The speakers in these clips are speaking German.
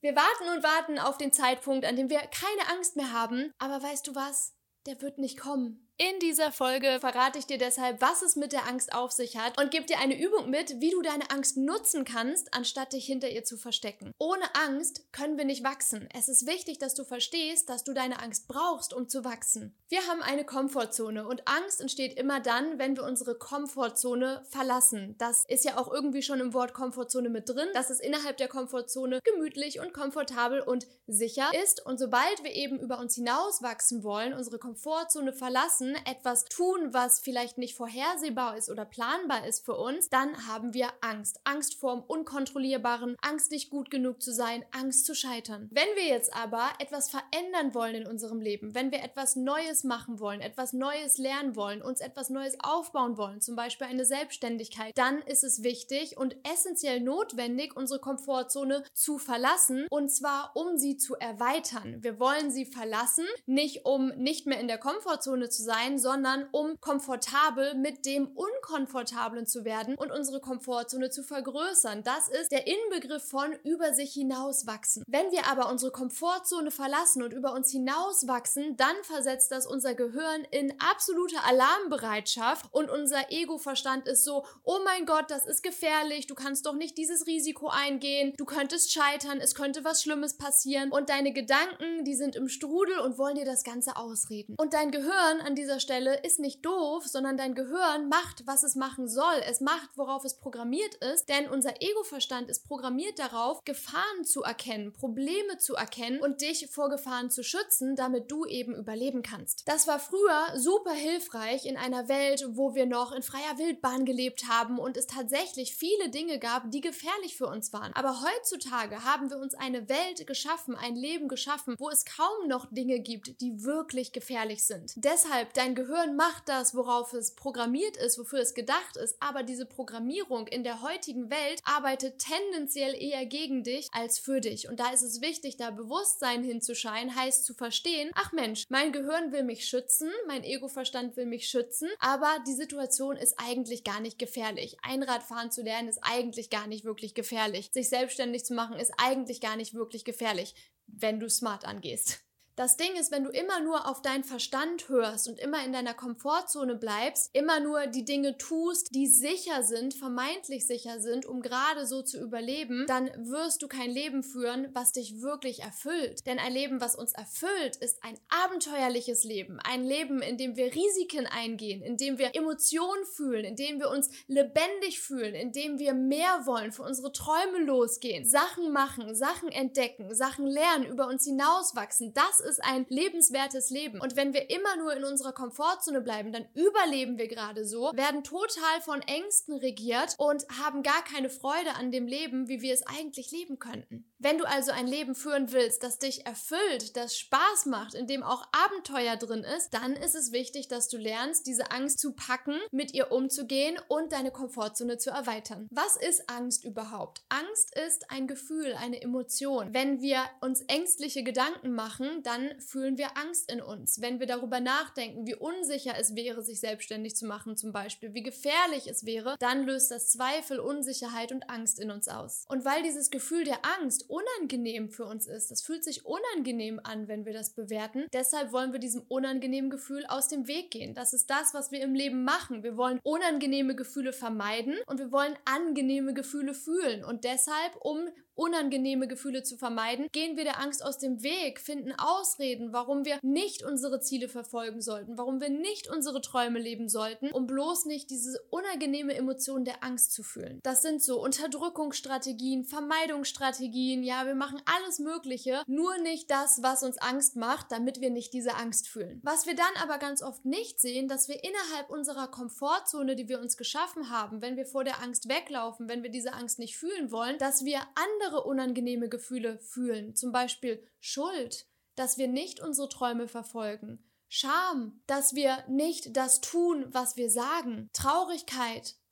Wir warten und warten auf den Zeitpunkt, an dem wir keine Angst mehr haben. Aber weißt du was? Der wird nicht kommen. In dieser Folge verrate ich dir deshalb, was es mit der Angst auf sich hat und gebe dir eine Übung mit, wie du deine Angst nutzen kannst, anstatt dich hinter ihr zu verstecken. Ohne Angst können wir nicht wachsen. Es ist wichtig, dass du verstehst, dass du deine Angst brauchst, um zu wachsen. Wir haben eine Komfortzone und Angst entsteht immer dann, wenn wir unsere Komfortzone verlassen. Das ist ja auch irgendwie schon im Wort Komfortzone mit drin, dass es innerhalb der Komfortzone gemütlich und komfortabel und sicher ist. Und sobald wir eben über uns hinaus wachsen wollen, unsere Komfortzone verlassen, etwas tun, was vielleicht nicht vorhersehbar ist oder planbar ist für uns, dann haben wir Angst. Angst vorm Unkontrollierbaren, Angst nicht gut genug zu sein, Angst zu scheitern. Wenn wir jetzt aber etwas verändern wollen in unserem Leben, wenn wir etwas Neues machen wollen, etwas Neues lernen wollen, uns etwas Neues aufbauen wollen, zum Beispiel eine Selbstständigkeit, dann ist es wichtig und essentiell notwendig, unsere Komfortzone zu verlassen, und zwar um sie zu erweitern. Wir wollen sie verlassen, nicht um nicht mehr in der Komfortzone zu sein, sondern um komfortabel mit dem Unkomfortablen zu werden und unsere Komfortzone zu vergrößern. Das ist der Inbegriff von über sich hinauswachsen. Wenn wir aber unsere Komfortzone verlassen und über uns hinauswachsen, dann versetzt das unser Gehirn in absolute Alarmbereitschaft und unser Ego-Verstand ist so: oh mein Gott, das ist gefährlich, du kannst doch nicht dieses Risiko eingehen, du könntest scheitern, es könnte was Schlimmes passieren, und deine Gedanken, die sind im Strudel und wollen dir das Ganze ausreden. Und dein Gehirn an dieser Stelle ist nicht doof, sondern dein Gehirn macht, was es machen soll. Es macht, worauf es programmiert ist, denn unser Ego-Verstand ist programmiert darauf, Gefahren zu erkennen, Probleme zu erkennen und dich vor Gefahren zu schützen, damit du eben überleben kannst. Das war früher super hilfreich in einer Welt, wo wir noch in freier Wildbahn gelebt haben und es tatsächlich viele Dinge gab, die gefährlich für uns waren. Aber heutzutage haben wir uns eine Welt geschaffen, ein Leben geschaffen, wo es kaum noch Dinge gibt, die wirklich gefährlich sind. Deshalb, dein Gehirn macht das, worauf es programmiert ist, wofür es gedacht ist, aber diese Programmierung in der heutigen Welt arbeitet tendenziell eher gegen dich als für dich. Und da ist es wichtig, da Bewusstsein hinzuscheinen, heißt zu verstehen: ach Mensch, mein Gehirn will mich schützen, mein Ego-Verstand will mich schützen, aber die Situation ist eigentlich gar nicht gefährlich. Einradfahren zu lernen ist eigentlich gar nicht wirklich gefährlich. Sich selbstständig zu machen ist eigentlich gar nicht wirklich gefährlich, wenn du smart angehst. Das Ding ist, wenn du immer nur auf deinen Verstand hörst und immer in deiner Komfortzone bleibst, immer nur die Dinge tust, die sicher sind, vermeintlich sicher sind, um gerade so zu überleben, dann wirst du kein Leben führen, was dich wirklich erfüllt. Denn ein Leben, was uns erfüllt, ist ein abenteuerliches Leben. Ein Leben, in dem wir Risiken eingehen, in dem wir Emotionen fühlen, in dem wir uns lebendig fühlen, in dem wir mehr wollen, für unsere Träume losgehen, Sachen machen, Sachen entdecken, Sachen lernen, über uns hinauswachsen. Das ist ein lebenswertes Leben. Und wenn wir immer nur in unserer Komfortzone bleiben, dann überleben wir gerade so, werden total von Ängsten regiert und haben gar keine Freude an dem Leben, wie wir es eigentlich leben könnten. Wenn du also ein Leben führen willst, das dich erfüllt, das Spaß macht, in dem auch Abenteuer drin ist, dann ist es wichtig, dass du lernst, diese Angst zu packen, mit ihr umzugehen und deine Komfortzone zu erweitern. Was ist Angst überhaupt? Angst ist ein Gefühl, eine Emotion. Wenn wir uns ängstliche Gedanken machen, dann fühlen wir Angst in uns. Wenn wir darüber nachdenken, wie unsicher es wäre, sich selbstständig zu machen zum Beispiel, wie gefährlich es wäre, dann löst das Zweifel, Unsicherheit und Angst in uns aus. Und weil dieses Gefühl der Angst unangenehm für uns ist, das fühlt sich unangenehm an, wenn wir das bewerten, deshalb wollen wir diesem unangenehmen Gefühl aus dem Weg gehen. Das ist das, was wir im Leben machen. Wir wollen unangenehme Gefühle vermeiden und wir wollen angenehme Gefühle fühlen. Und deshalb, um unangenehme Gefühle zu vermeiden, gehen wir der Angst aus dem Weg, finden Ausreden, warum wir nicht unsere Ziele verfolgen sollten, warum wir nicht unsere Träume leben sollten, um bloß nicht diese unangenehme Emotion der Angst zu fühlen. Das sind so Unterdrückungsstrategien, Vermeidungsstrategien, ja, wir machen alles Mögliche, nur nicht das, was uns Angst macht, damit wir nicht diese Angst fühlen. Was wir dann aber ganz oft nicht sehen, dass wir innerhalb unserer Komfortzone, die wir uns geschaffen haben, wenn wir vor der Angst weglaufen, wenn wir diese Angst nicht fühlen wollen, dass wir andere unangenehme Gefühle fühlen, zum Beispiel Schuld, dass wir nicht unsere Träume verfolgen, Scham, dass wir nicht das tun, was wir sagen, Traurigkeit,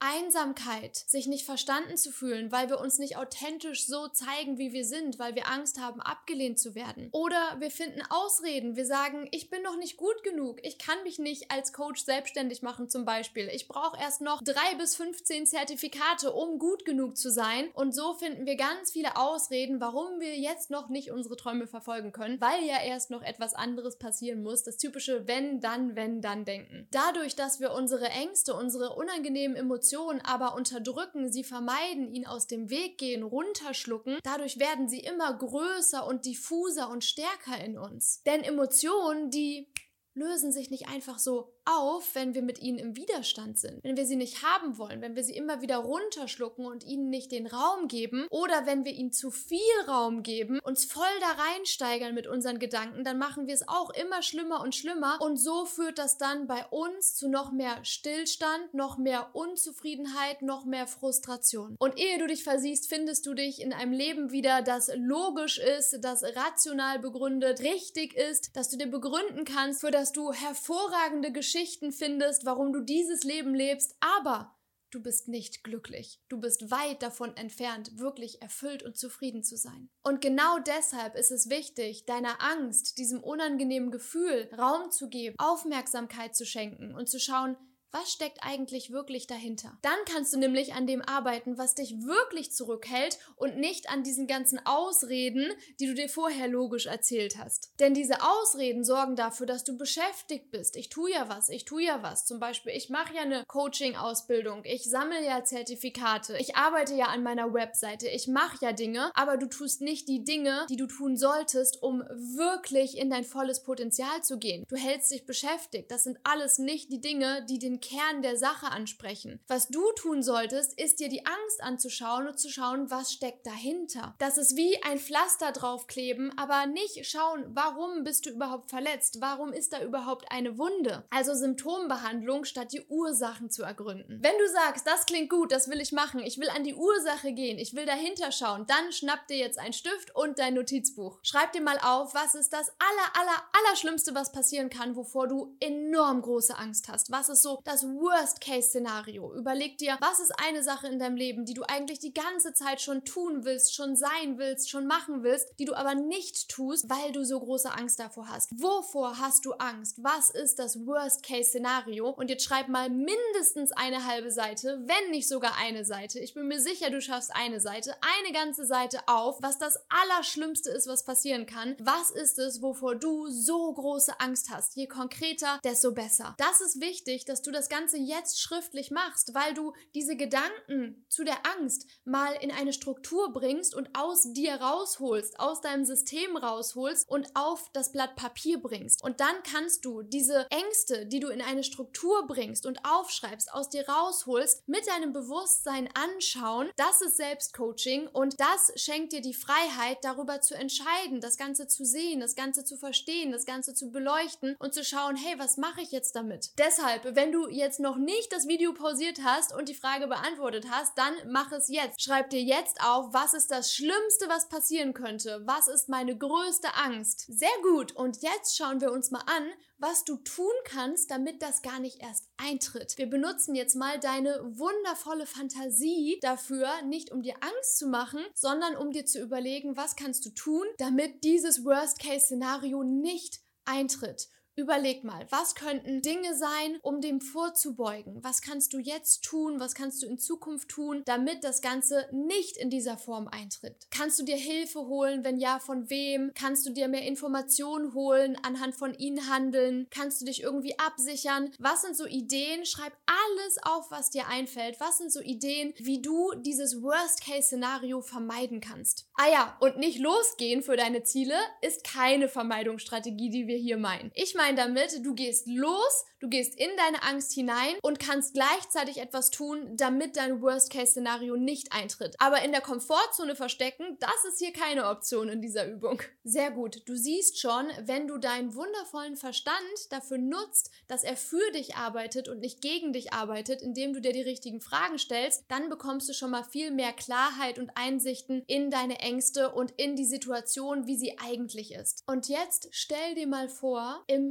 Einsamkeit, sich nicht verstanden zu fühlen, weil wir uns nicht authentisch so zeigen, wie wir sind, weil wir Angst haben, abgelehnt zu werden. Oder wir finden Ausreden. Wir sagen, ich bin noch nicht gut genug. Ich kann mich nicht als Coach selbstständig machen zum Beispiel. Ich brauche erst noch 3 bis 15 Zertifikate, um gut genug zu sein. Und so finden wir ganz viele Ausreden, warum wir jetzt noch nicht unsere Träume verfolgen können, weil ja erst noch etwas anderes passieren muss. Das typische wenn, dann denken. Dadurch, dass wir unsere Ängste, unsere unangenehmen Emotionen aber unterdrücken, sie vermeiden, ihnen aus dem Weg gehen, runterschlucken, dadurch werden sie immer größer und diffuser und stärker in uns. Denn Emotionen, die lösen sich nicht einfach so auf, wenn wir mit ihnen im Widerstand sind. Wenn wir sie nicht haben wollen, wenn wir sie immer wieder runterschlucken und ihnen nicht den Raum geben oder wenn wir ihnen zu viel Raum geben, uns voll da reinsteigern mit unseren Gedanken, dann machen wir es auch immer schlimmer und schlimmer und so führt das dann bei uns zu noch mehr Stillstand, noch mehr Unzufriedenheit, noch mehr Frustration. Und ehe du dich versiehst, findest du dich in einem Leben wieder, das logisch ist, das rational begründet, richtig ist, dass du dir begründen kannst, für das du hervorragende Geschichten findest, warum du dieses Leben lebst, aber du bist nicht glücklich. Du bist weit davon entfernt, wirklich erfüllt und zufrieden zu sein. Und genau deshalb ist es wichtig, deiner Angst, diesem unangenehmen Gefühl Raum zu geben, Aufmerksamkeit zu schenken und zu schauen, was steckt eigentlich wirklich dahinter? Dann kannst du nämlich an dem arbeiten, was dich wirklich zurückhält und nicht an diesen ganzen Ausreden, die du dir vorher logisch erzählt hast. Denn diese Ausreden sorgen dafür, dass du beschäftigt bist. Ich tue ja was. Zum Beispiel, ich mache ja eine Coaching-Ausbildung, ich sammle ja Zertifikate, ich arbeite ja an meiner Webseite, ich mache ja Dinge, aber du tust nicht die Dinge, die du tun solltest, um wirklich in dein volles Potenzial zu gehen. Du hältst dich beschäftigt. Das sind alles nicht die Dinge, die den Kern der Sache ansprechen. Was du tun solltest, ist dir die Angst anzuschauen und zu schauen, was steckt dahinter. Das ist wie ein Pflaster draufkleben, aber nicht schauen, warum bist du überhaupt verletzt? Warum ist da überhaupt eine Wunde? Also Symptombehandlung, statt die Ursachen zu ergründen. Wenn du sagst, das klingt gut, das will ich machen, ich will an die Ursache gehen, ich will dahinter schauen, dann schnapp dir jetzt einen Stift und dein Notizbuch. Schreib dir mal auf, was ist das Allerschlimmste, was passieren kann, wovor du enorm große Angst hast. Was ist so das Worst-Case-Szenario. Überleg dir, was ist eine Sache in deinem Leben, die du eigentlich die ganze Zeit schon tun willst, schon sein willst, schon machen willst, die du aber nicht tust, weil du so große Angst davor hast. Wovor hast du Angst? Was ist das Worst-Case-Szenario? Und jetzt schreib mal mindestens eine halbe Seite, wenn nicht sogar eine Seite. Ich bin mir sicher, du schaffst eine Seite, eine ganze Seite auf, was das Allerschlimmste ist, was passieren kann. Was ist es, wovor du so große Angst hast? Je konkreter, desto besser. Das ist wichtig, dass du das Ganze jetzt schriftlich machst, weil du diese Gedanken zu der Angst mal in eine Struktur bringst und aus dir rausholst, aus deinem System rausholst und auf das Blatt Papier bringst. Und dann kannst du diese Ängste, die du in eine Struktur bringst und aufschreibst, aus dir rausholst, mit deinem Bewusstsein anschauen. Das ist Selbstcoaching und das schenkt dir die Freiheit, darüber zu entscheiden, das Ganze zu sehen, das Ganze zu verstehen, das Ganze zu beleuchten und zu schauen, hey, was mache ich jetzt damit? Deshalb, wenn du jetzt noch nicht das Video pausiert hast und die Frage beantwortet hast, dann mach es jetzt. Schreib dir jetzt auf, was ist das Schlimmste, was passieren könnte? Was ist meine größte Angst? Sehr gut. Und jetzt schauen wir uns mal an, was du tun kannst, damit das gar nicht erst eintritt. Wir benutzen jetzt mal deine wundervolle Fantasie dafür, nicht um dir Angst zu machen, sondern um dir zu überlegen, was kannst du tun, damit dieses Worst-Case-Szenario nicht eintritt. Überleg mal, was könnten Dinge sein, um dem vorzubeugen? Was kannst du jetzt tun? Was kannst du in Zukunft tun, damit das Ganze nicht in dieser Form eintritt? Kannst du dir Hilfe holen? Wenn ja, von wem? Kannst du dir mehr Informationen holen, anhand von ihnen handeln? Kannst du dich irgendwie absichern? Was sind so Ideen? Schreib alles auf, was dir einfällt. Was sind so Ideen, wie du dieses Worst-Case-Szenario vermeiden kannst? Ah ja, und nicht losgehen für deine Ziele ist keine Vermeidungsstrategie, die wir hier meinen. Ich meine damit, du gehst los, du gehst in deine Angst hinein und kannst gleichzeitig etwas tun, damit dein Worst-Case-Szenario nicht eintritt. Aber in der Komfortzone verstecken, das ist hier keine Option in dieser Übung. Sehr gut, du siehst schon, wenn du deinen wundervollen Verstand dafür nutzt, dass er für dich arbeitet und nicht gegen dich arbeitet, indem du dir die richtigen Fragen stellst, dann bekommst du schon mal viel mehr Klarheit und Einsichten in deine Ängste und in die Situation, wie sie eigentlich ist. Und jetzt stell dir mal vor, im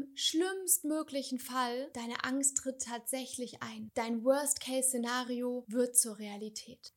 im schlimmstmöglichen Fall, deine Angst tritt tatsächlich ein. Dein Worst-Case-Szenario wird zur Realität.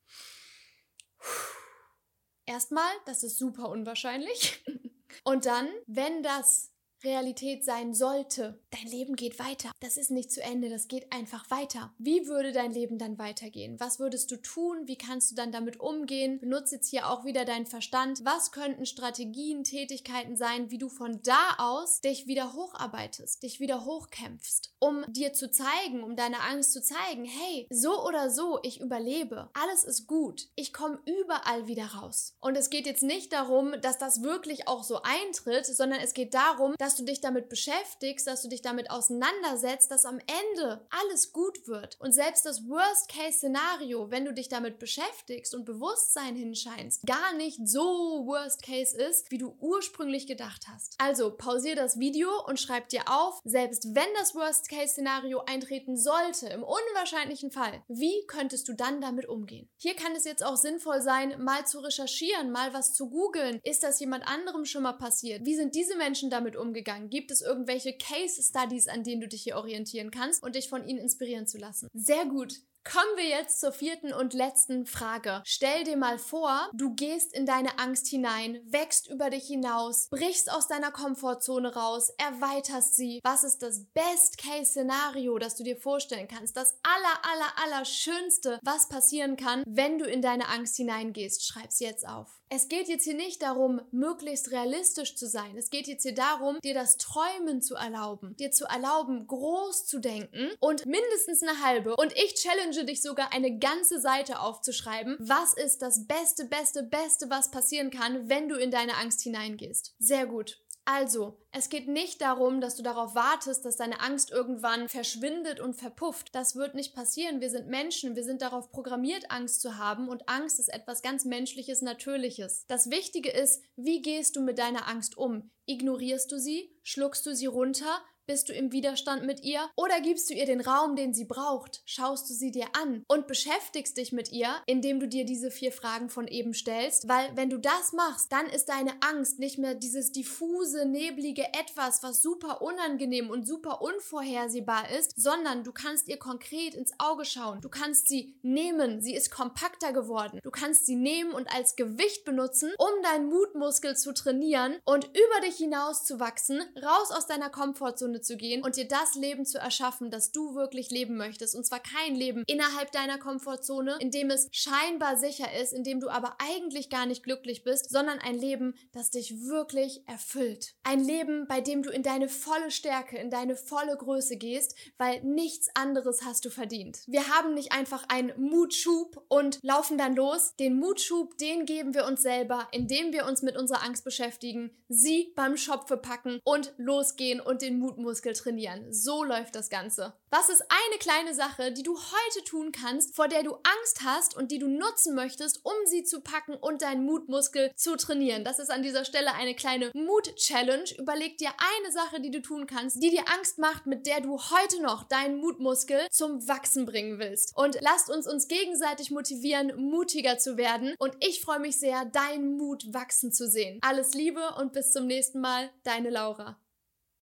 Erstmal, das ist super unwahrscheinlich. Und dann, wenn das Realität sein sollte, dein Leben geht weiter. Das ist nicht zu Ende, das geht einfach weiter. Wie würde dein Leben dann weitergehen? Was würdest du tun? Wie kannst du dann damit umgehen? Benutze jetzt hier auch wieder deinen Verstand. Was könnten Strategien, Tätigkeiten sein, wie du von da aus dich wieder hocharbeitest, dich wieder hochkämpfst, um dir zu zeigen, um deiner Angst zu zeigen, hey, so oder so, ich überlebe. Alles ist gut. Ich komme überall wieder raus. Und es geht jetzt nicht darum, dass das wirklich auch so eintritt, sondern es geht darum, dass du dich damit beschäftigst, dass du dich damit auseinandersetzt, dass am Ende alles gut wird. Und selbst das Worst-Case-Szenario, wenn du dich damit beschäftigst und Bewusstsein hinscheinst, gar nicht so Worst-Case ist, wie du ursprünglich gedacht hast. Also pausier das Video und schreib dir auf, selbst wenn das Worst-Case-Szenario eintreten sollte, im unwahrscheinlichen Fall, wie könntest du dann damit umgehen? Hier kann es jetzt auch sinnvoll sein, mal zu recherchieren, mal was zu googeln. Ist das jemand anderem schon mal passiert? Wie sind diese Menschen damit umgegangen? Gibt es irgendwelche Case Studies, an denen du dich hier orientieren kannst und dich von ihnen inspirieren zu lassen? Sehr gut. Kommen wir jetzt zur 4. und letzten Frage. Stell dir mal vor, du gehst in deine Angst hinein, wächst über dich hinaus, brichst aus deiner Komfortzone raus, erweiterst sie. Was ist das Best-Case-Szenario, das du dir vorstellen kannst? Das Allerschönste, was passieren kann, wenn du in deine Angst hineingehst. Schreib's jetzt auf. Es geht jetzt hier nicht darum, möglichst realistisch zu sein. Es geht jetzt hier darum, dir das Träumen zu erlauben, dir zu erlauben, groß zu denken und mindestens eine halbe, und ich challenge dich sogar, eine ganze Seite aufzuschreiben. Was ist das Beste, was passieren kann, wenn du in deine Angst hineingehst? Sehr gut. Also, es geht nicht darum, dass du darauf wartest, dass deine Angst irgendwann verschwindet und verpufft. Das wird nicht passieren. Wir sind Menschen, wir sind darauf programmiert, Angst zu haben, und Angst ist etwas ganz Menschliches, Natürliches. Das Wichtige ist, wie gehst du mit deiner Angst um? Ignorierst du sie? Schluckst du sie runter? Bist du im Widerstand mit ihr? Oder gibst du ihr den Raum, den sie braucht? Schaust du sie dir an und beschäftigst dich mit ihr, indem du dir diese 4 Fragen von eben stellst? Weil wenn du das machst, dann ist deine Angst nicht mehr dieses diffuse, neblige Etwas, was super unangenehm und super unvorhersehbar ist, sondern du kannst ihr konkret ins Auge schauen. Du kannst sie nehmen, sie ist kompakter geworden. Du kannst sie nehmen und als Gewicht benutzen, um deinen Mutmuskel zu trainieren und über dich hinaus zu wachsen, raus aus deiner Komfortzone zu gehen und dir das Leben zu erschaffen, das du wirklich leben möchtest. Und zwar kein Leben innerhalb deiner Komfortzone, in dem es scheinbar sicher ist, in dem du aber eigentlich gar nicht glücklich bist, sondern ein Leben, das dich wirklich erfüllt. Ein Leben, bei dem du in deine volle Stärke, in deine volle Größe gehst, weil nichts anderes hast du verdient. Wir haben nicht einfach einen Mutschub und laufen dann los. Den Mutschub, den geben wir uns selber, indem wir uns mit unserer Angst beschäftigen, sie beim Schopfe packen und losgehen und den Mutmuskel trainieren. So läuft das Ganze. Was ist eine kleine Sache, die du heute tun kannst, vor der du Angst hast und die du nutzen möchtest, um sie zu packen und deinen Mutmuskel zu trainieren? Das ist an dieser Stelle eine kleine Mut-Challenge. Überleg dir eine Sache, die du tun kannst, die dir Angst macht, mit der du heute noch deinen Mutmuskel zum Wachsen bringen willst. Und lasst uns gegenseitig motivieren, mutiger zu werden. Und ich freue mich sehr, deinen Mut wachsen zu sehen. Alles Liebe und bis zum nächsten Mal, deine Laura.